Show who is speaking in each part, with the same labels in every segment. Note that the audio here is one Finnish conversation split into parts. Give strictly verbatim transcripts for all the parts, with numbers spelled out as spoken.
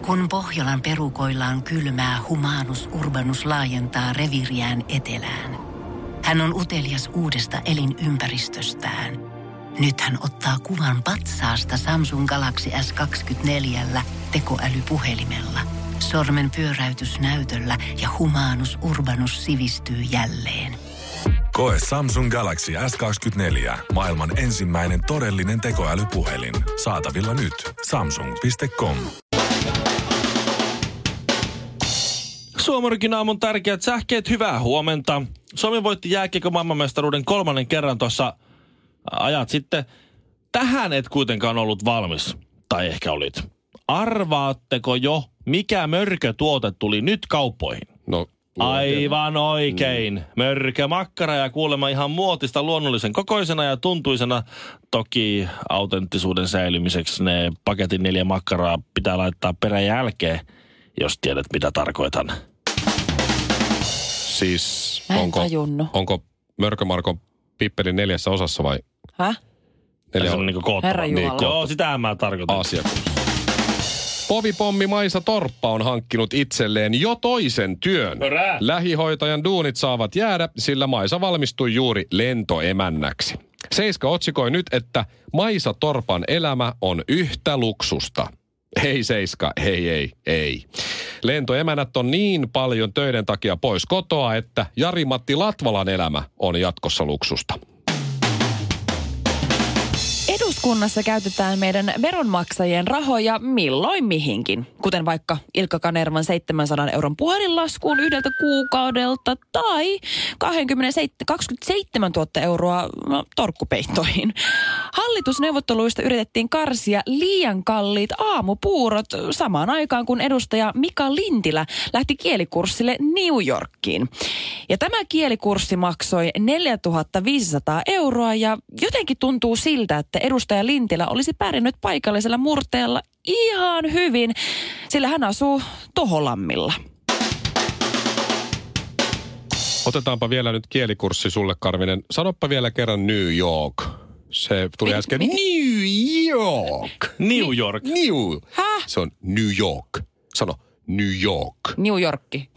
Speaker 1: Kun Pohjolan perukoillaan kylmää, Humanus Urbanus laajentaa reviiriään etelään. Hän on utelias uudesta elinympäristöstään. Nyt hän ottaa kuvan patsaasta Samsung Galaxy S kaksikymmentäneljä tekoälypuhelimella. Sormen pyöräytys näytöllä ja Humanus Urbanus sivistyy jälleen.
Speaker 2: Koe Samsung Galaxy S kaksikymmentäneljä. Maailman ensimmäinen todellinen tekoälypuhelin. Saatavilla nyt. Samsung piste com.
Speaker 3: Suomarikin aamun tärkeät sähkeet, hyvää huomenta. Suomi voitti jääkiekon maailmanmestaruuden kolmannen kerran tuossa ajat sitten. Tähän et kuitenkaan ollut valmis. Tai ehkä olit. Arvaatteko jo, mikä mörkötuote tuli nyt kauppoihin?
Speaker 4: No,
Speaker 3: aivan oikein. Mm. Mörkömakkara ja kuulemma ihan muotista luonnollisen kokoisena ja tuntuisena. Toki autenttisuuden säilymiseksi ne paketin neljä makkaraa pitää laittaa perän jälkeen, jos tiedät mitä tarkoitan.
Speaker 4: Siis
Speaker 5: onko,
Speaker 4: onko Mörkömarkon pippeli neljässä osassa vai?
Speaker 5: Häh?
Speaker 3: Neljä on niinku koottava.
Speaker 5: Herra Jumala.
Speaker 3: Niin, joo, sitähän mä tarkoitan.
Speaker 4: Asiakas. Povipommi Maisa Torppa on hankkinut itselleen jo toisen työn.
Speaker 3: Hurraa.
Speaker 4: Lähihoitajan duunit saavat jäädä, sillä Maisa valmistui juuri lentoemännäksi. Seiska otsikoi nyt, että Maisa Torpan elämä on yhtä luksusta. Ei Seiska, ei, ei, ei. Lentoemänät on niin paljon töiden takia pois kotoa, että Jari-Matti Latvalan elämä on jatkossa luksusta.
Speaker 5: Eduskunnassa käytetään meidän veronmaksajien rahoja milloin mihinkin. Kuten vaikka Ilkka Kanervan seitsemänsadan euron puhelinlaskuun yhdeltä kuukaudelta tai kaksikymmentäseitsemäntuhatta euroa no, torkkupeittoihin. Hallitusneuvotteluista yritettiin karsia liian kalliit aamupuurot samaan aikaan, kun edustaja Mika Lintilä lähti kielikurssille New Yorkiin. Ja tämä kielikurssi maksoi neljätuhatta viisisataa euroa ja jotenkin tuntuu siltä, että edustaja Lintilä olisi pärjännyt paikallisella murteella ihan hyvin, sillä hän asuu Toholammilla.
Speaker 4: Otetaanpa vielä nyt kielikurssi sulle, Karvinen. Sanoppa vielä kerran New York. Se tuli mi- äsken. Mi- New York.
Speaker 3: New York.
Speaker 4: New.
Speaker 5: Häh?
Speaker 4: Se on New York. Sano New York.
Speaker 5: New Yorkki.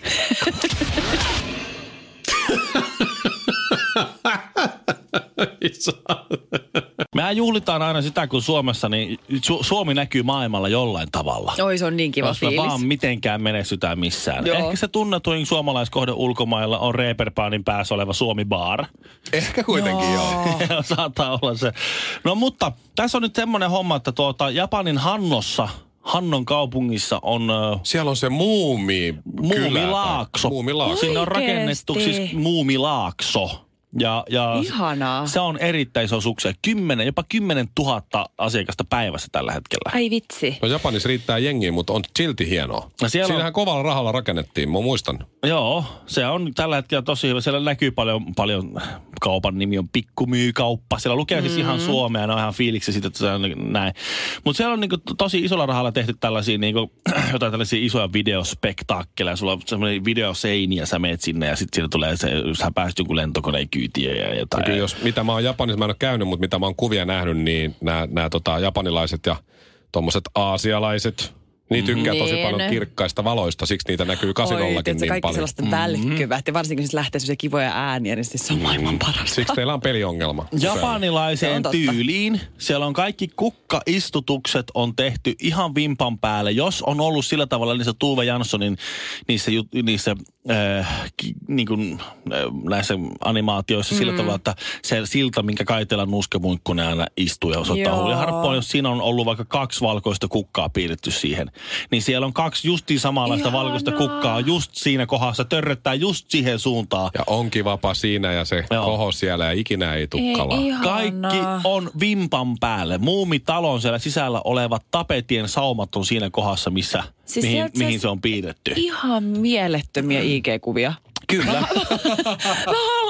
Speaker 3: Mehän juhlitaan aina sitä, kun Suomessa, niin Su- Suomi näkyy maailmalla jollain tavalla.
Speaker 5: Oi, se on niin kiva
Speaker 3: jos
Speaker 5: fiilis.
Speaker 3: me vaan mitenkään menestytään missään.
Speaker 5: Joo.
Speaker 3: Ehkä se tunnetuin suomalaiskohde ulkomailla on Reeperbahnin päässä oleva Suomi Bar.
Speaker 4: Ehkä kuitenkin joo.
Speaker 3: joo. Saattaa olla se. No mutta tässä on nyt semmoinen homma, että tuota Japanin Hannossa, Hannon kaupungissa on...
Speaker 4: Siellä on se muumi...
Speaker 3: Muumilaakso.
Speaker 4: Muumilaakso.
Speaker 3: Sinne on rakennettu siis muumilaakso. Ja, ja
Speaker 5: ihanaa.
Speaker 3: Se on erittäin iso suksia. Kymmenen, jopa kymmenen tuhatta asiakasta päivässä tällä hetkellä.
Speaker 5: Ai vitsi.
Speaker 4: No Japanissa riittää jengiä, mutta on silti hienoa. Siinähän on... kovalla rahalla rakennettiin, mä muistan. Joo,
Speaker 3: se on tällä hetkellä tosi hyvä. Siellä näkyy paljon, paljon kaupan nimi on Pikkumyykauppa. Siellä lukee siis mm-hmm. ihan suomea, ne on ihan fiiliksi siitä, että se on näin. Mutta siellä on niinku tosi isolla rahalla tehty tällaisia niinku, jotain tällaisia isoja videospektaakkeleja. Sulla on semmoinen videoseini ja sä meet sinne ja sitten siinä tulee se, sä pääset jonkun lentokoneen kyytiä ja jotain.
Speaker 4: Kyllä jos, mitä mä oon Japanissa, mä en ole käynyt, mutta mitä mä oon kuvia nähnyt, niin nämä, nämä tota, japanilaiset ja tommoset aasialaiset, niin tykkää tosi
Speaker 5: niin.
Speaker 4: paljon kirkkaista valoista, siksi niitä näkyy kasinollakin niin
Speaker 5: kaikki
Speaker 4: paljon.
Speaker 5: Sellaista välkkyvät, ja varsinkin jos lähtee sellaisia kivoja ääniä, niin se on maailman parasta.
Speaker 4: Siksi teillä on peliongelma.
Speaker 3: Japanilaiseen tyyliin. Siellä on kaikki kukkaistutukset on tehty ihan vimpan päälle. Jos on ollut sillä tavalla niissä Tuve Janssonin niissä, niissä äh, niin kuin, äh, näissä animaatioissa mm. sillä tavalla, että se silta, minkä Kaitela Nuskemuikkunen aina istuu ja osoittaa huuliharppoon, jos siinä on ollut vaikka kaksi valkoista kukkaa piirretty siihen, niin siellä on kaksi justiin samanlaista Ihanaa. valkoista kukkaa just siinä kohdassa, törröttää just siihen suuntaan.
Speaker 4: Ja on kivapa siinä ja se Joo. koho siellä ja ikinä ei tukkala.
Speaker 5: Ei,
Speaker 3: Kaikki on vimpan päälle. Muumitalon siellä sisällä olevat tapetien saumat on siinä kohdassa, missä, siis mihin, mihin se on piirretty.
Speaker 5: Ihan mielettömiä I G-kuvia.
Speaker 3: Kyllä.
Speaker 5: Mä, mä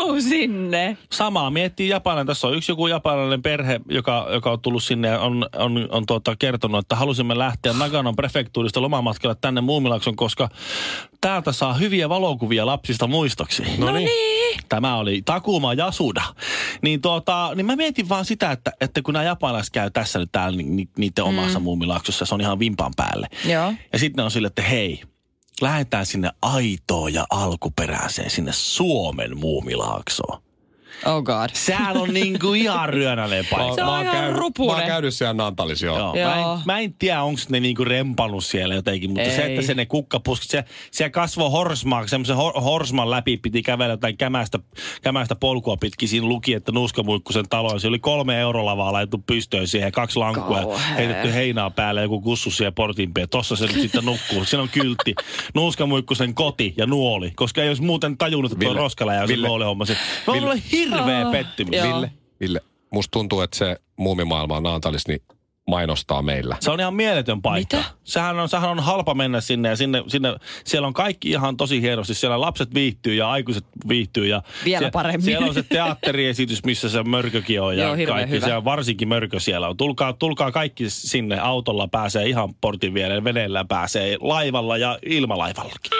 Speaker 5: haluu sinne?
Speaker 3: Samaa miettii Japanin. Tässä on yksi joku japanilainen perhe, joka, joka on tullut sinne ja on, on, on tuota, kertonut, että halusimme lähteä Naganon prefektuurista lomamatkalle tänne Muumilaakson, koska täältä saa hyviä valokuvia lapsista muistoksi.
Speaker 5: No niin.
Speaker 3: Tämä oli Takuma Yasuda. Niin, tuota, niin mä mietin vaan sitä, että, että kun nämä japanilaiset käy tässä nyt täällä ni, ni, niiden mm. omassa Muumilaaksossa, se on ihan vimpan päälle.
Speaker 5: Joo.
Speaker 3: Ja sitten on sille, että hei, lähdetään sinne aitoon ja alkuperäiseen, sinne Suomen Muumilaaksoon.
Speaker 5: Oh god.
Speaker 3: Sehän on niinku ihan ryönäinen paikka.
Speaker 5: Se on
Speaker 4: mä,
Speaker 5: ihan
Speaker 4: käy,
Speaker 5: rupunen.
Speaker 4: mä oon käynyt siellä Nantalis, joo.
Speaker 3: Joo.
Speaker 5: Joo.
Speaker 3: Mä, en, mä en tiedä, onko ne niinku rempannut siellä jotenkin, mutta
Speaker 5: Ei.
Speaker 3: se, että se ne kukkapuskit, se, se kasvoi horsmaa, semmoisen hor, horsman läpi piti kävellä jotain kämästä, kämästä polkua pitkin. Siinä luki, että Nuuskamuikkusen talo, se oli kolme eurolavaa laitettu pystöön siihen ja kaksi lankkua ja heitetty heinää päälle, joku kussu siellä portin pie. Tossa se nyt sitten nukkuu. Siinä on kyltti. Nuuskamuikkusen koti ja nuoli, koska ei olisi muuten tajunnut, että tuo roskala ja se nuolihomma. Se on ollut hirveä
Speaker 5: Oh.
Speaker 3: pettymys.
Speaker 5: Joo.
Speaker 4: Ville, Ville, musta tuntuu, että se muumimaailma Naantalis niin mainostaa meillä.
Speaker 3: Se on ihan mieletön paikka.
Speaker 5: Mitä?
Speaker 3: Sehän on, sehän on halpa mennä sinne ja sinne, sinne, siellä on kaikki ihan tosi hienosti. Siellä lapset viihtyy ja aikuiset viihtyy. Ja
Speaker 5: Vielä
Speaker 3: sie,
Speaker 5: paremmin.
Speaker 3: Siellä on se teatteriesitys, missä se mörkökin on ja
Speaker 5: Joo, hirveän
Speaker 3: kaikki.
Speaker 5: hyvä.
Speaker 3: Siellä varsinkin mörkö siellä on. Tulkaa, tulkaa kaikki sinne. Autolla pääsee ihan portin viereen, veneellä pääsee, laivalla ja ilmalaivalla.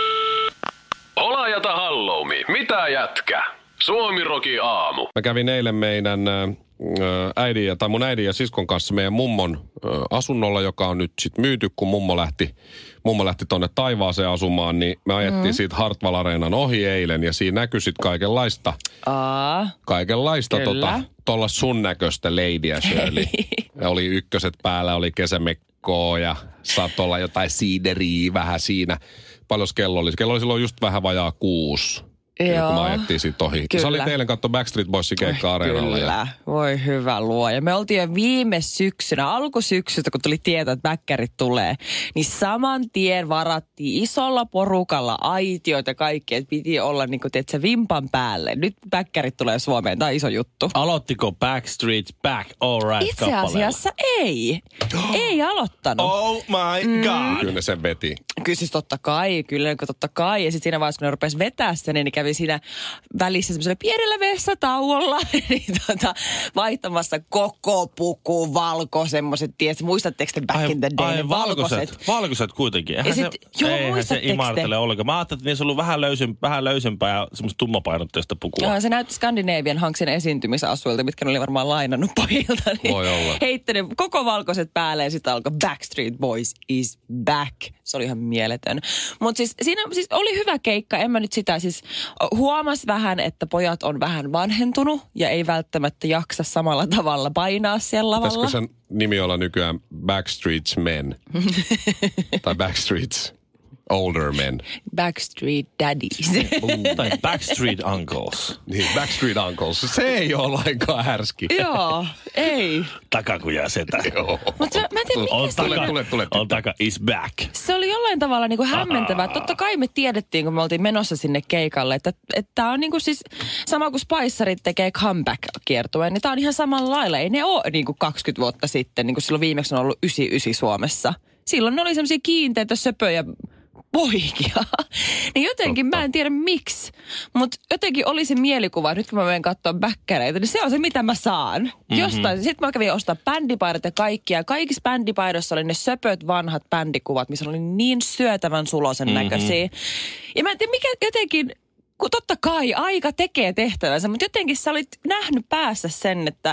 Speaker 6: Olajata halloumi, mitä jätkä? Suomiroki aamu.
Speaker 4: Mä kävin eilen meidän ä, äidin ja, tai mun äidin ja siskon kanssa meidän mummon ä, asunnolla, joka on nyt sit myyty, kun mummo lähti, mummo lähti tonne taivaaseen asumaan, niin me ajettiin mm. siitä Hartwall Areenan ohi eilen ja siinä näkyi sit kaikenlaista,
Speaker 5: Aa.
Speaker 4: kaikenlaista
Speaker 5: Kyllä.
Speaker 4: tota, tolla sun näköistä Ladyä Shirley. Ja oli ykköset päällä, oli kesämekkoa ja saattoi olla jotain siideriä vähän siinä. Paljon kello oli? Kello oli silloin just vähän vajaa kuusi.
Speaker 5: Joo.
Speaker 4: Kun me ajettiin siitä ohi.
Speaker 5: Kyllä.
Speaker 4: Sä olit eilen katsoa Backstreet Boysin keikka Areenalla.
Speaker 5: Kyllä,
Speaker 4: Ja...
Speaker 5: voi hyvä luoja. Me oltiin jo viime syksynä, alkusyksystä, kun tuli tieto, että bäkkärit tulee, niin saman tien varattiin isolla porukalla aitioita ja kaikki, että piti olla niin kuin, tiedätkö, vimpan päälle. Nyt bäkkärit tulee Suomeen, tämä on iso juttu.
Speaker 3: Aloittiko Backstreet's Back All Right
Speaker 5: Itse asiassa ei. Ei aloittanut.
Speaker 3: Oh my god.
Speaker 4: Kyllä ne sen veti.
Speaker 5: Kyllä siis totta kai, kyllä totta kai. Ja sitten siinä vaiheessa, kun ne rupesi vetää sen, niin ne kävi siinä välissä semmoisella pienellä vessatauolla, niin tota, vaihtamassa koko puku valko, semmoiset, tiedätkö, muistatteko te back
Speaker 3: Ai,
Speaker 5: in the day,
Speaker 3: ai,
Speaker 5: ne
Speaker 3: valkoiset.
Speaker 5: valkoiset.
Speaker 3: Valkoiset kuitenkin. Eihän
Speaker 5: Ja sit-
Speaker 3: se,
Speaker 5: joo,
Speaker 3: eihän se
Speaker 5: muistatteko
Speaker 3: imartele
Speaker 5: te?
Speaker 3: ollenkaan. Mä ajattelin, että niissä on ollut vähän, löysem, vähän löysempää ja semmoista tummapainotteista pukua.
Speaker 5: Joo, se näytti Scandinavian Hanksin esiintymisasuilta, mitkä ne oli varmaan lainannut pojilta. Niin
Speaker 4: Voi olla.
Speaker 5: heitti ne koko valkoiset päälle ja sitten alkoi Backstreet Boys is back. Se oli ihan mieletön. Mutta siis siinä siis oli hyvä keikka. En mä nyt sitä siis huomas vähän, että pojat on vähän vanhentunut ja ei välttämättä jaksa samalla tavalla painaa siellä lavalla.
Speaker 4: Pitäisikö sen nimi olla nykyään Backstreet's Men? Tai Backstreet's Older Men?
Speaker 5: Backstreet Daddies.
Speaker 3: Tai Backstreet Uncles.
Speaker 4: Niin, Backstreet Uncles. Se ei ole lainkaan härski.
Speaker 5: Joo, ei.
Speaker 3: Takakuja setä.
Speaker 4: Joo.
Speaker 5: Mutta mä en tiedä, mikä
Speaker 3: On
Speaker 5: siinä...
Speaker 3: taka,
Speaker 4: tule, tule,
Speaker 3: on taka is back.
Speaker 5: Se oli jollain tavalla niinku hämmentävää. Totta kai me tiedettiin, kun me oltiin menossa sinne keikalle, että tämä on niinku siis sama kuin Spicerit tekee comeback-kiertueen, niin tämä on ihan samalla lailla. Ei ne ole niinku kaksikymmentä vuotta sitten, niin kuin silloin viimeksi on ollut yhdeksänkymmentäyhdeksän Suomessa. Silloin ne oli semmoisia kiinteitä söpöjä poikia. Niin jotenkin mä en tiedä miksi, mutta jotenkin oli se mielikuva, että nyt kun mä menen katsoa bäkkäreitä, niin se on se, mitä mä saan. Mm-hmm. Jostain. Sitten mä kävin ostaa bändipaidat ja kaikkia. Kaikissa bändipaidoissa oli ne söpöt vanhat bändikuvat, missä oli niin syötävän sulosen mm-hmm. näköisiä. Ja mä en tiedä, mikä jotenkin, kun totta kai aika tekee tehtävänsä, mutta jotenkin sä olit nähnyt päässä sen, että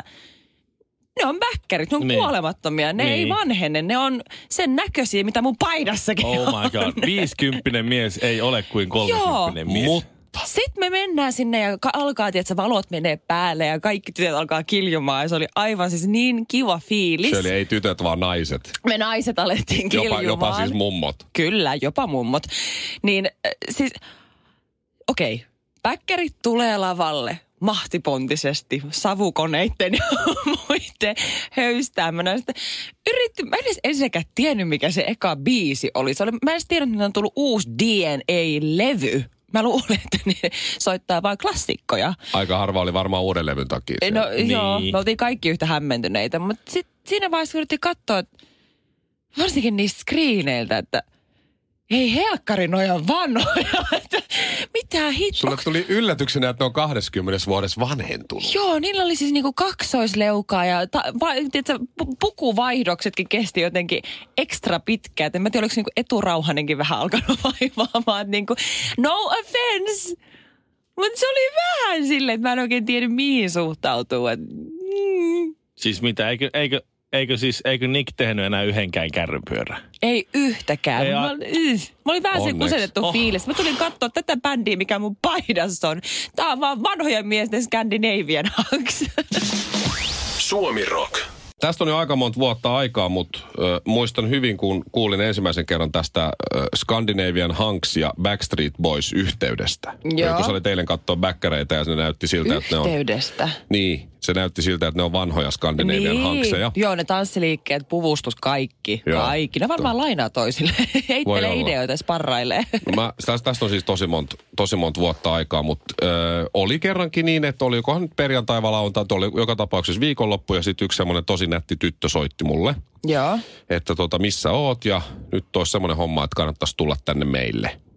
Speaker 5: ne on bäkkärit, ne on
Speaker 3: niin.
Speaker 5: kuolemattomia, ne
Speaker 3: niin.
Speaker 5: ei vanhene, ne on sen näköisiä, mitä mun paidassakin
Speaker 3: Oh my god,
Speaker 5: on.
Speaker 3: viisikymppinen mies ei ole kuin kolmekymppinen mies.
Speaker 4: Mutta
Speaker 5: Sitten me mennään sinne ja ka- alkaa, että valot menee päälle ja kaikki tytöt alkaa kiljumaan. Ja se oli aivan siis niin kiva fiilis.
Speaker 4: se oli ei tytöt, vaan naiset.
Speaker 5: Me naiset alettiin kiljumaan.
Speaker 4: Jopa, jopa siis mummot.
Speaker 5: Kyllä, jopa mummot. Niin äh, siis, okei, okay. Bäkkärit tulee lavalle mahtipontisesti savukoneitten ja muiden höystäämänä. Sitten yritti, mä en edes ensinnäkään tiennyt, mikä se eka biisi oli. Se oli mä en edes tiennyt, että on tullut uusi D N A-levy. Mä luulen, että ne soittaa vain klassikkoja.
Speaker 4: Aika harva oli varmaan uuden levyn takia.
Speaker 5: No
Speaker 3: Niin.
Speaker 5: joo, me oltiin kaikki yhtä hämmentyneitä, mutta sit siinä vaiheessa yritettiin katsoa, että varsinkin niistä screeneiltä, että Ei helkkari, noi on vanhoja. Mitä hitto?
Speaker 4: Sulle tuli yllätyksenä, että ne on kahdeskymmenes vuodessa vanhentunut.
Speaker 5: Joo, niillä oli siis niinku kaksoisleukaa ja ta, va, tiiätkö, pukuvaihdoksetkin kesti jotenkin ekstra pitkään. En mä tiedä, oliko niinku eturauhanenkin vähän alkanut vaivaamaan. Niinku, no offense! Mutta se oli vähän silleen, että mä en oikein tiedä mihin suhtautuu. Et, mm.
Speaker 3: Siis mitä, eikö, eikö, eikö, siis, eikö Nick tehnyt enää yhdenkään kärrypyörää?
Speaker 5: Ei yhtäkään.
Speaker 3: Ei
Speaker 5: Mä,
Speaker 3: a...
Speaker 5: mä olin vähän sen kusetettu
Speaker 3: oh.
Speaker 5: fiilis. Mä tulin katsoa tätä bändiä, mikä mun paidassa on. Tää on vaan vanhojen miesten Scandinavian Hunks.
Speaker 6: Suomi Rock.
Speaker 4: Tästä on jo aika monta vuotta aikaa, mutta äh, muistan hyvin, kun kuulin ensimmäisen kerran tästä äh, Scandinavian Hunks ja Backstreet Boys yhteydestä.
Speaker 5: Joo.
Speaker 4: Kun sä olit eilen katsoa bäkkäreitä ja se näytti siltä,
Speaker 5: yhteydestä.
Speaker 4: että ne on...
Speaker 5: Yhteydestä?
Speaker 4: Niin, se näytti siltä, että ne on vanhoja Scandinavian
Speaker 5: niin.
Speaker 4: Hunkseja.
Speaker 5: Joo, ne tanssiliikkeet, puvustus, kaikki.
Speaker 4: Joo.
Speaker 5: Kaikki. Ne varmaan lainaa toisille. Heittelee ideoita ja sparrailee.
Speaker 4: Mä, tästä, tästä on siis tosi monta tosi mont vuotta aikaa, mutta ö, oli kerrankin niin, että olikohan nyt perjantai vai lauantai, oli joka tapauksessa viikonloppu ja sitten yksi semmoinen tosi nätti tyttö soitti mulle.
Speaker 5: Joo.
Speaker 4: Että tota, missä oot ja nyt olisi semmoinen homma, että kannattaisi tulla tänne meille.
Speaker 5: Okei.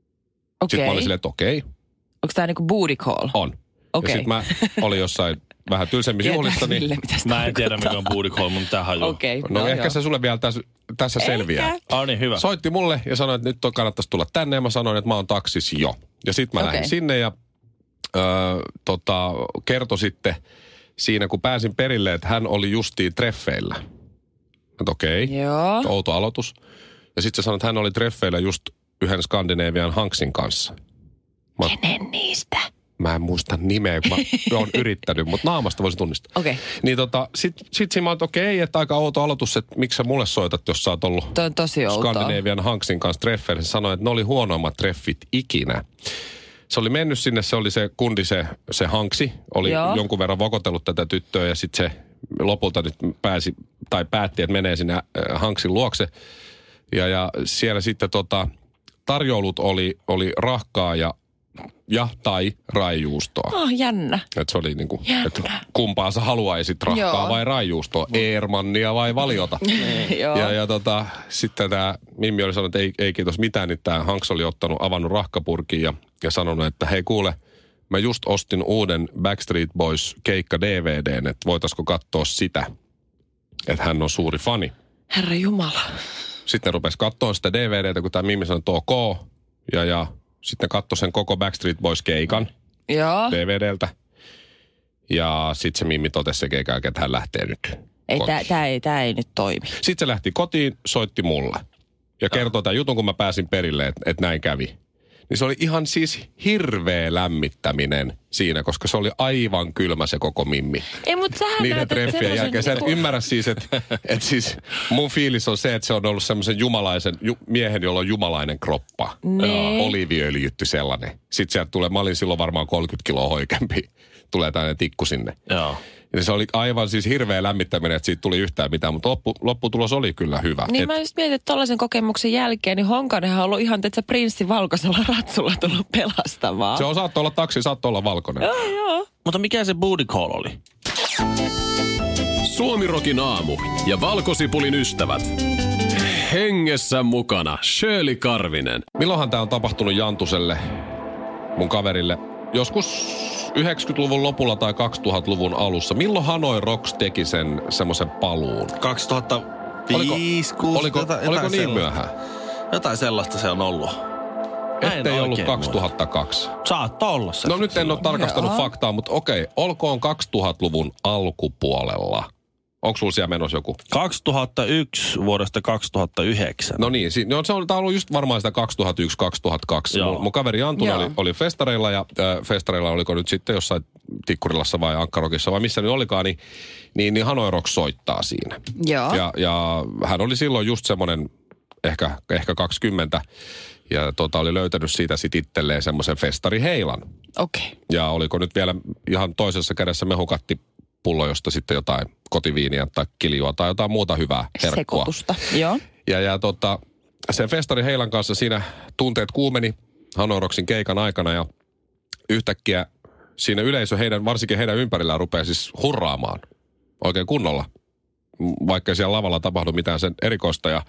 Speaker 4: Sitten mä olin silleen, että okei.
Speaker 5: Onko tää niinku booty call?
Speaker 4: On.
Speaker 5: Okei.
Speaker 4: Ja sitten mä olin jossain vähän tylsemmin juhlissa. Niin...
Speaker 5: Ville,
Speaker 3: mä en tiedä, mikä on booty call, mutta tähän hajuu.
Speaker 5: Okei.
Speaker 4: No, no ehkä joo. Se sulle vielä tässä, tässä selviää.
Speaker 3: Ah, niin, hyvä.
Speaker 4: Soitti mulle ja sanoi, että nyt kannattaisi tulla tänne ja mä sanoin, että mä oon taksis jo. Ja sitten mä okay. lähdin sinne ja öö, tota, kertoi sitten siinä, kun pääsin perille, että hän oli justiin treffeillä. Että okei, okay.
Speaker 5: Joo.
Speaker 4: Outo aloitus. Ja sitten se sanoi, että hän oli treffeillä just yhden Scandinavian Hunksin kanssa. Mä,
Speaker 5: Kenen niistä?
Speaker 4: Mä en muista nimeä, kun mä oon yrittänyt, mutta naamasta voisin tunnistaa.
Speaker 5: Okei. Okay.
Speaker 4: Niin tota, sit, sit siinä mä oon, että okei, okay, että aika outo aloitus, että miksi sä mulle soitat, jos sä oot ollut
Speaker 5: Toi on tosi outoa.
Speaker 4: Scandinavian Hunksin kanssa treffeillä. Se sanoi, että ne oli huonoimmat treffit ikinä. Se oli mennyt sinne, se oli se kundi, se, se Hunksi, oli Joo. jonkun verran vokotellut tätä tyttöä ja sitten se lopulta nyt pääsi, tai päätti, että menee sinne Hunksin luokse. Ja, ja siellä sitten tota, tarjoulut oli, oli rahkaa ja ja tai raijuustoa.
Speaker 5: Oh, jännä.
Speaker 4: Että se oli niinku, että kumpaa sä haluaisit, rahkaa Joo. vai raijuustoa, Eermannia vai valiota. ja ja tota, sitten tämä Mimmi oli sanonut, että ei, ei kiitos mitään, niin tämä Hanks oli ottanut, avannut rahkapurkin ja, ja sanonut, että hei kuule, mä just ostin uuden Backstreet Boys keikka D V D:n, että voitaisiko katsoa sitä, että hän on suuri fani.
Speaker 5: Herra Jumala.
Speaker 4: Sitten rupesi katsoa sitä D V D:tä, kun tämä Mimmi sanoi, että ok, ja ja sitten katsoi sen koko Backstreet Boys-keikan
Speaker 5: Joo.
Speaker 4: D V D:ltä. Ja sitten se Mimmi totesi se keikan, että hän lähtee nyt
Speaker 5: Ei, tää, tää, ei, tää ei nyt toimi.
Speaker 4: Sitten se lähti kotiin, soitti mulle. Ja kertoi tämän jutun, kun mä pääsin perille, että et näin kävi. Niin se oli ihan siis hirveä lämmittäminen siinä, koska se oli aivan kylmä se koko Mimmi.
Speaker 5: Ei, mutta sähän
Speaker 4: niiden treffien jälkeen. Sä et niinku... ymmärrä siis, että et siis mun fiilis on se, että se on ollut semmoisen jumalaisen ju, miehen, jolla on jumalainen kroppa.
Speaker 5: Nee.
Speaker 4: Oliiviöljytty sellainen. Sitten sieltä tulee, mä olin silloin varmaan kolmekymmentä kiloa hoikempi. Tulee tällainen tikku sinne.
Speaker 3: Joo.
Speaker 4: Ja se oli aivan siis hirveä lämmittäminen, että siitä tuli yhtään mitään, mutta loppu, lopputulos oli kyllä hyvä.
Speaker 5: Niin
Speaker 4: Et...
Speaker 5: mä just mietin, että tollaisen kokemuksen jälkeen, niin Honkanenhan on ollut ihan, että prinssi valkoisella ratsulla tullut pelastamaan.
Speaker 4: Se on, saattoi olla taksi, saattoi olla valkoinen.
Speaker 5: Joo, joo.
Speaker 3: Mutta mikä se booty call oli?
Speaker 6: Suomi Rockin aamu ja Valkosipulin ystävät. Hengessä mukana Shirley Karvinen.
Speaker 4: Milloinhan tää on tapahtunut Jantuselle, mun kaverille? Joskus yhdeksänkymmentäluvun lopulla tai kaksituhattaluvun alussa. Milloin Hanoi Rocks teki sen semmoisen paluun?
Speaker 3: kaksituhattaviisi,
Speaker 4: Oliko, oliko, jotain, oliko jotain niin myöhään?
Speaker 3: Jotain sellaista se on ollut.
Speaker 4: Ettei ollut kaksituhattakaksi.
Speaker 3: Saattaa olla se.
Speaker 4: No nyt en ole tarkastanut Jaa. faktaa, mutta okei. Olkoon kaksituhattaluvun alkupuolella. Onko sulla siellä menossa joku?
Speaker 3: kaksituhattayksi vuodesta kaksituhattayhdeksän.
Speaker 4: No niin, no se on, tämä on ollut just varmaan sitä kaksituhattayksi kaksituhattakaksi. Mun, mun kaveri Antuna oli, oli festareilla ja äh, festareilla oliko nyt sitten jossain Tikkurilassa vai Ankkarokissa vai missä nyt olikaan, niin, niin, niin Hanoi Rocks soittaa siinä.
Speaker 5: Joo.
Speaker 4: Ja, ja hän oli silloin just semmoinen ehkä, ehkä kaksikymmentä ja tota, oli löytänyt siitä sitten itselleen semmoisen festariheilan.
Speaker 5: Okei. Okay.
Speaker 4: Ja oliko nyt vielä ihan toisessa kädessä mehukatti pullo, josta sitten jotain kotiviiniä tai kiljua tai jotain muuta hyvää herkkua.
Speaker 5: Sekoitusta, joo.
Speaker 4: Ja, ja tota, sen festari Heilan kanssa siinä tunteet kuumeni Hanoi Rocksin keikan aikana ja yhtäkkiä siinä yleisö heidän, varsinkin heidän ympärillään rupeaa siis hurraamaan oikein kunnolla. Vaikka ei siellä lavalla tapahdu mitään sen erikoista ja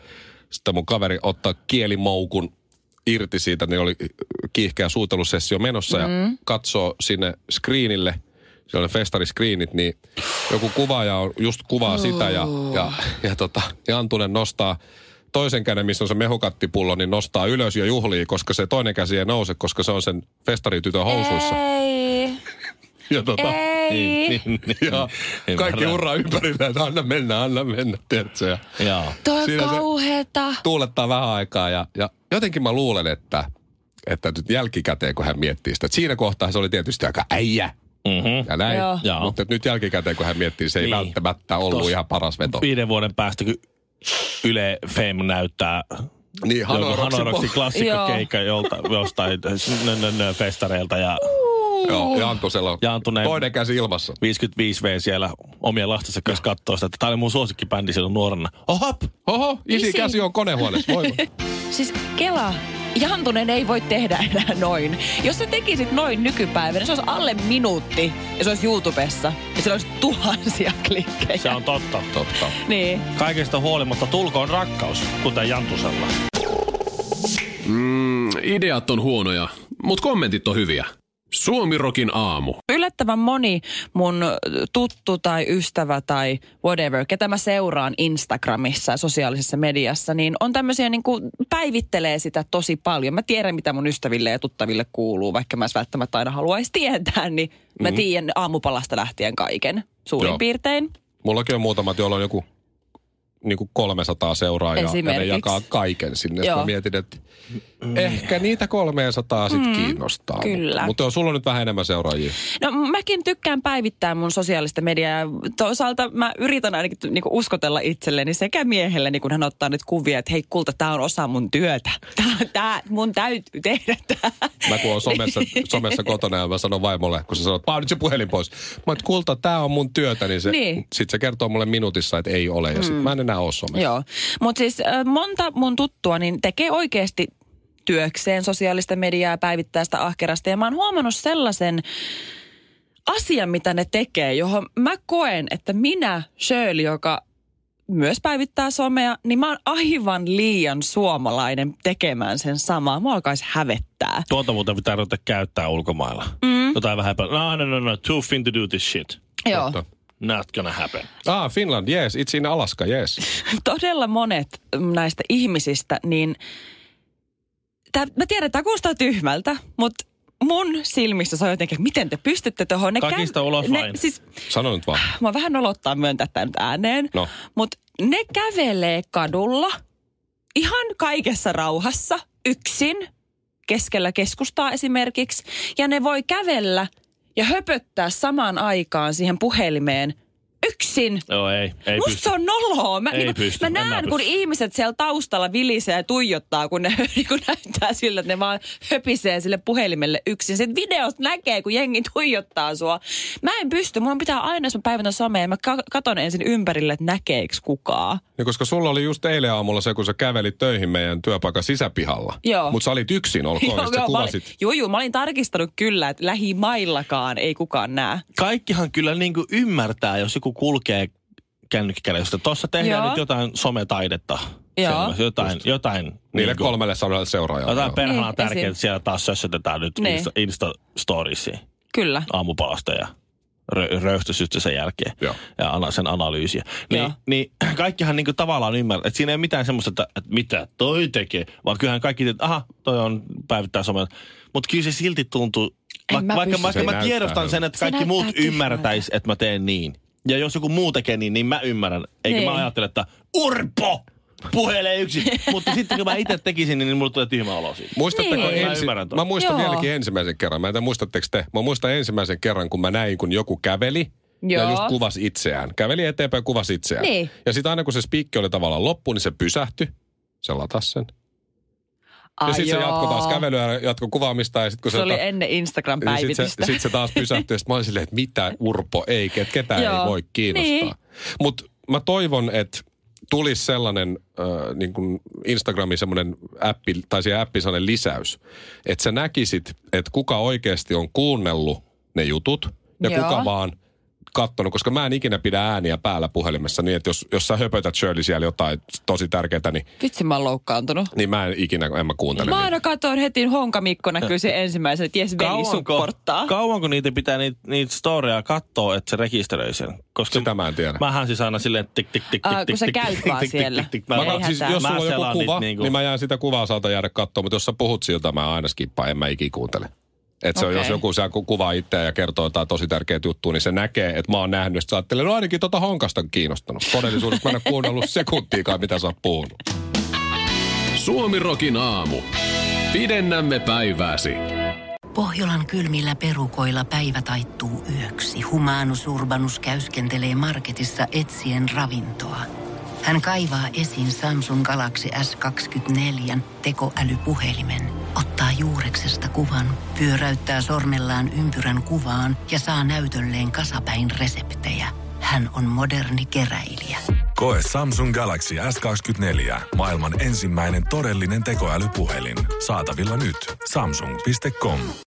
Speaker 4: Sitten mun kaveri ottaa kielimoukun irti siitä, niin oli kiihkeä suutelusessio menossa mm. ja katsoo sinne screenille, siellä on festariskriinit, niin joku kuvaaja on just kuvaa oh. sitä ja, ja, ja tota, Jantunen nostaa toisen käden, missä on se mehukattipullo, niin nostaa ylös ja juhlii, koska se toinen käsi ei nouse, koska se on sen festaritytön housuissa.
Speaker 5: Ei.
Speaker 4: Ja tota,
Speaker 5: ei.
Speaker 3: Niin, niin, niin.
Speaker 4: Ja kaikki hurraa ympärillä, että anna mennä, anna mennä, tiedätkö? Ja
Speaker 3: Joo.
Speaker 5: Toi kauheeta.
Speaker 4: Tuulettaa vähän aikaa ja, ja jotenkin mä luulen, että, että nyt jälkikäteen, kun hän miettii sitä, että siinä kohtaa se oli tietysti aika äijä.
Speaker 3: Mm-hmm.
Speaker 4: Ja näin,
Speaker 5: Joo.
Speaker 4: mutta nyt jälkikäteen, kun hän miettii, se ei
Speaker 3: niin.
Speaker 4: välttämättä ollut
Speaker 3: Tos
Speaker 4: ihan paras veto.
Speaker 3: Viiden vuoden päästä, kun Yle Fame näyttää
Speaker 4: niin,
Speaker 3: Hanoroksi klassikkokeikka jolta, jostain nö, nö, nö, festareilta ja
Speaker 4: joo, Jantusella on
Speaker 3: Jantunen
Speaker 4: toinen käsi ilmassa.
Speaker 3: viisikymmentäviisi vuotias siellä omien lastensa kanssa katsoo sitä, että tämä oli mun suosikkibändi silloin nuorena. Ohop!
Speaker 4: Oho, isi, isi. Käsi on konehuoneessa, voima.
Speaker 5: Siis Kela, Jantunen ei voi tehdä enää noin. Jos sä tekisit noin nykypäivänä, se olisi alle minuutti ja se olisi YouTubessa ja se olisi tuhansia klikkejä.
Speaker 3: Se on totta.
Speaker 4: Totta.
Speaker 5: Niin.
Speaker 3: Kaikesta huolimatta tulkoon rakkaus, kuten Jantusella.
Speaker 6: Mm, ideat on huonoja, mutta kommentit on hyviä. Suomirokin aamu.
Speaker 5: Yllättävän moni mun tuttu tai ystävä tai whatever, ketä mä seuraan Instagramissa ja sosiaalisessa mediassa, niin on tämmöisiä niin kuin päivittelee sitä tosi paljon. Mä tiedän, mitä mun ystäville ja tuttaville kuuluu, vaikka mä välttämättä aina haluaisi tietää, niin mä mm-hmm. tiedän aamupalasta lähtien kaiken suurin Joo. piirtein.
Speaker 4: Mullakin on muutamat, joilla on joku niin kuin kolmesataa seuraajaa ja ne jakaa kaiken sinne. Mä mietin, että ehkä niitä kolmesataa sit mm, kiinnostaa.
Speaker 5: Kyllä.
Speaker 4: Mutta, mutta sulla on nyt vähän enemmän seuraajia.
Speaker 5: No mäkin tykkään päivittää mun sosiaalista mediaa. Toisaalta mä yritän ainakin niinku uskotella itselleni sekä miehelleni, kun hän ottaa nyt kuvia, että hei kulta, tää on osa mun työtä. Tää, tää mun täytyy tehdä tää.
Speaker 4: Mä kun oon somessa, somessa kotona ja mä sanon vaimolle, kun sä sanot, paa nyt se puhelin pois. Mä oon, kulta, tää on mun työtä, niin se, niin. sit se kertoo mulle minuutissa, että ei ole. Ja mm. sit mä en enää ole somessa.
Speaker 5: Joo, mutta siis monta mun tuttua niin tekee oikeasti työkseen sosiaalista mediaa, päivittää sitä ahkerasti. Ja mä oon huomannut sellaisen asian, mitä ne tekee, johon mä koen, että minä, Shirley, joka myös päivittää somea, niin mä oon aivan liian suomalainen tekemään sen samaa. Mua alkaisi hävettää.
Speaker 3: Tuota muuten pitää ruveta käyttää ulkomailla. Mm. Jotain vähän paljon. No, no, no, no, too thin to do this shit.
Speaker 5: Joo.
Speaker 3: Totta. Not gonna happen.
Speaker 4: Ah, Finland, yes. It's in Alaska, yes.
Speaker 5: Todella monet näistä ihmisistä, niin tää, mä tiedän, että tämä kuulostaa tyhmältä, mutta mun silmissä se on jotenkin, miten te pystytte tuohon.
Speaker 3: Kakista ulos
Speaker 5: ne,
Speaker 3: vain.
Speaker 5: Siis,
Speaker 4: sano nyt vaan.
Speaker 5: Mä vähän nolottaa myöntää tämän nyt ääneen,
Speaker 4: no.
Speaker 5: mutta ne kävelee kadulla ihan kaikessa rauhassa, yksin, keskellä keskustaa esimerkiksi, ja ne voi kävellä ja höpöttää samaan aikaan siihen puhelimeen yksin.
Speaker 3: Joo, ei, ei
Speaker 5: Musta
Speaker 3: pysty.
Speaker 5: se on noloa. Mä,
Speaker 3: ei
Speaker 5: niin,
Speaker 3: pysty,
Speaker 5: mä näen, kun pysty. Ihmiset siellä taustalla vilisee ja tuijottaa, kun ne niin kun näyttää sillä, että ne vaan höpisee sille puhelimelle yksin. Sitten videosta näkee, kun jengi tuijottaa sua. Mä en pysty. Mun pitää aina, jos mä päivänä somea, mä katon ensin ympärille, että näkeekö kukaan.
Speaker 4: Ja koska sulla oli just eilen aamulla se, kun sä kävelit töihin meidän työpaikan sisäpihalla.
Speaker 5: Joo.
Speaker 4: Mutta sä olit yksin, olkoon, joo, joo, kuvasit.
Speaker 5: Olin, juu, juu, mä olin tarkistanut kyllä, että lähimaillakaan ei kukaan näe.
Speaker 3: Kaikkihan kyllä niin kuin ymmärtää, jos joku kulkee kännykkäkädessä. Tuossa tehdään Joo. nyt jotain sometaidetta.
Speaker 5: Joo.
Speaker 3: Jotain, jotain.
Speaker 4: Niille
Speaker 3: niin kuin,
Speaker 4: kolmelle sadalle seuraajaa.
Speaker 3: Jotain perhana
Speaker 5: niin,
Speaker 3: tärkeää, että
Speaker 5: esim.
Speaker 3: siellä taas sössötetään nyt
Speaker 5: niin.
Speaker 3: Insta, Insta-storiesiin.
Speaker 5: Kyllä.
Speaker 3: Aamupalasta ja rö, röyhtösystä sen jälkeen.
Speaker 4: Joo.
Speaker 3: Ja ana, sen analyysiä. Niin, niin kaikkihan niin kuin tavallaan ymmärtää, että siinä ei ole mitään semmoista, että, että mitä toi tekee. Vaan kyllähän kaikki, että aha, toi on päivittää somea. Mutta kyllä se silti tuntuu, va, vaikka, vaikka mä tiedostan sen, että
Speaker 5: se
Speaker 3: kaikki muut
Speaker 5: tyhmältä.
Speaker 3: Ymmärtäis, että mä teen niin. Ja jos joku muu tekee niin, niin mä ymmärrän. Eikä niin. Mä ajattele, että Urpo puhelee yksin. Mutta sitten kun mä itse tekisin, niin mulle tulee tyhmä olo siitä.
Speaker 4: Muistatteko
Speaker 5: niin.
Speaker 4: ensi... Mä, mä muistan Joo. vieläkin ensimmäisen kerran. Mä en tiedä, muistatteko te? Mä muistan ensimmäisen kerran, kun mä näin, kun joku käveli. Joo. Ja just kuvasi itseään. Käveli eteenpäin ja kuvasi itseään. Niin. Ja sitten aina kun se spiikki oli tavallaan loppu, niin se pysähtyi. Se latasi sen.
Speaker 5: Ai
Speaker 4: ja sitten se
Speaker 5: joo.
Speaker 4: jatkoi taas kävelyä ja jatkoi kuvaamista. Ja sit, kun
Speaker 5: se,
Speaker 4: se
Speaker 5: oli
Speaker 4: ta...
Speaker 5: ennen Instagram-päivitystä.
Speaker 4: Sitten se, sit se taas pysähtyi. Ja sitten mä olin silleen, että mitä Urpo, ei, että ketään ei voi kiinnostaa. Niin. Mutta mä toivon, että tulisi sellainen äh, niin kuin Instagramin semmoinen appi, tai siihen appiin sellainen lisäys, että sä näkisit, että kuka oikeasti on kuunnellut ne jutut ja Joo. kuka vaan kattonut, koska mä en ikinä pidä ääniä päällä puhelimessa niin, että jos, jos sä höpötät Shirley siellä jotain tosi tärkeää, niin...
Speaker 5: Vitsi, mä oon loukkaantunut.
Speaker 4: Niin mä en ikinä, en mä kuuntele.
Speaker 5: Mä aina katson heti, Honka Mikko näkyy sen ensimmäisen, että jes, veli supporttaa.
Speaker 3: Kauanko niitä pitää niitä, niitä storeja katsoa, että se rekisteröi sen? Koska
Speaker 4: sitä mä en tiedä.
Speaker 3: Mähän siis aina silleen tik tik tik tik tik tik
Speaker 5: kun sä käyt vaan siellä.
Speaker 4: Jos sulla on joku kuva, niin mä jään sitä kuvaa saata jäädä katsoa, mutta jos sä puhut siltä, mä aina skippaan, en mä ikinä kuuntele. Että okay. Jos joku saa kuvaa itseä ja kertoo jotain tosi tärkeää juttua, niin se näkee, että mä oon nähnyt, että sä ajattelee, no ainakin tota Honkasta on kiinnostanut. Todellisuudessa mä en ole kuunnellut sekuntiikaan, mitä sä oot puhunut.
Speaker 6: Suomi-rokin aamu. Pidennämme päivääsi.
Speaker 1: Pohjolan kylmillä perukoilla päivä taittuu yöksi. Humanus Urbanus käyskentelee marketissa etsien ravintoa. Hän kaivaa esiin Samsung Galaxy S kaksikymmentäneljä tekoälypuhelimen, ottaa juureksesta kuvan, pyöräyttää sormellaan ympyrän kuvaan ja saa näytölleen kasapäin reseptejä. Hän on moderni keräilijä.
Speaker 2: Koe Samsung Galaxy S kaksikymmentäneljä, maailman ensimmäinen todellinen tekoälypuhelin. Saatavilla nyt. Samsung piste com.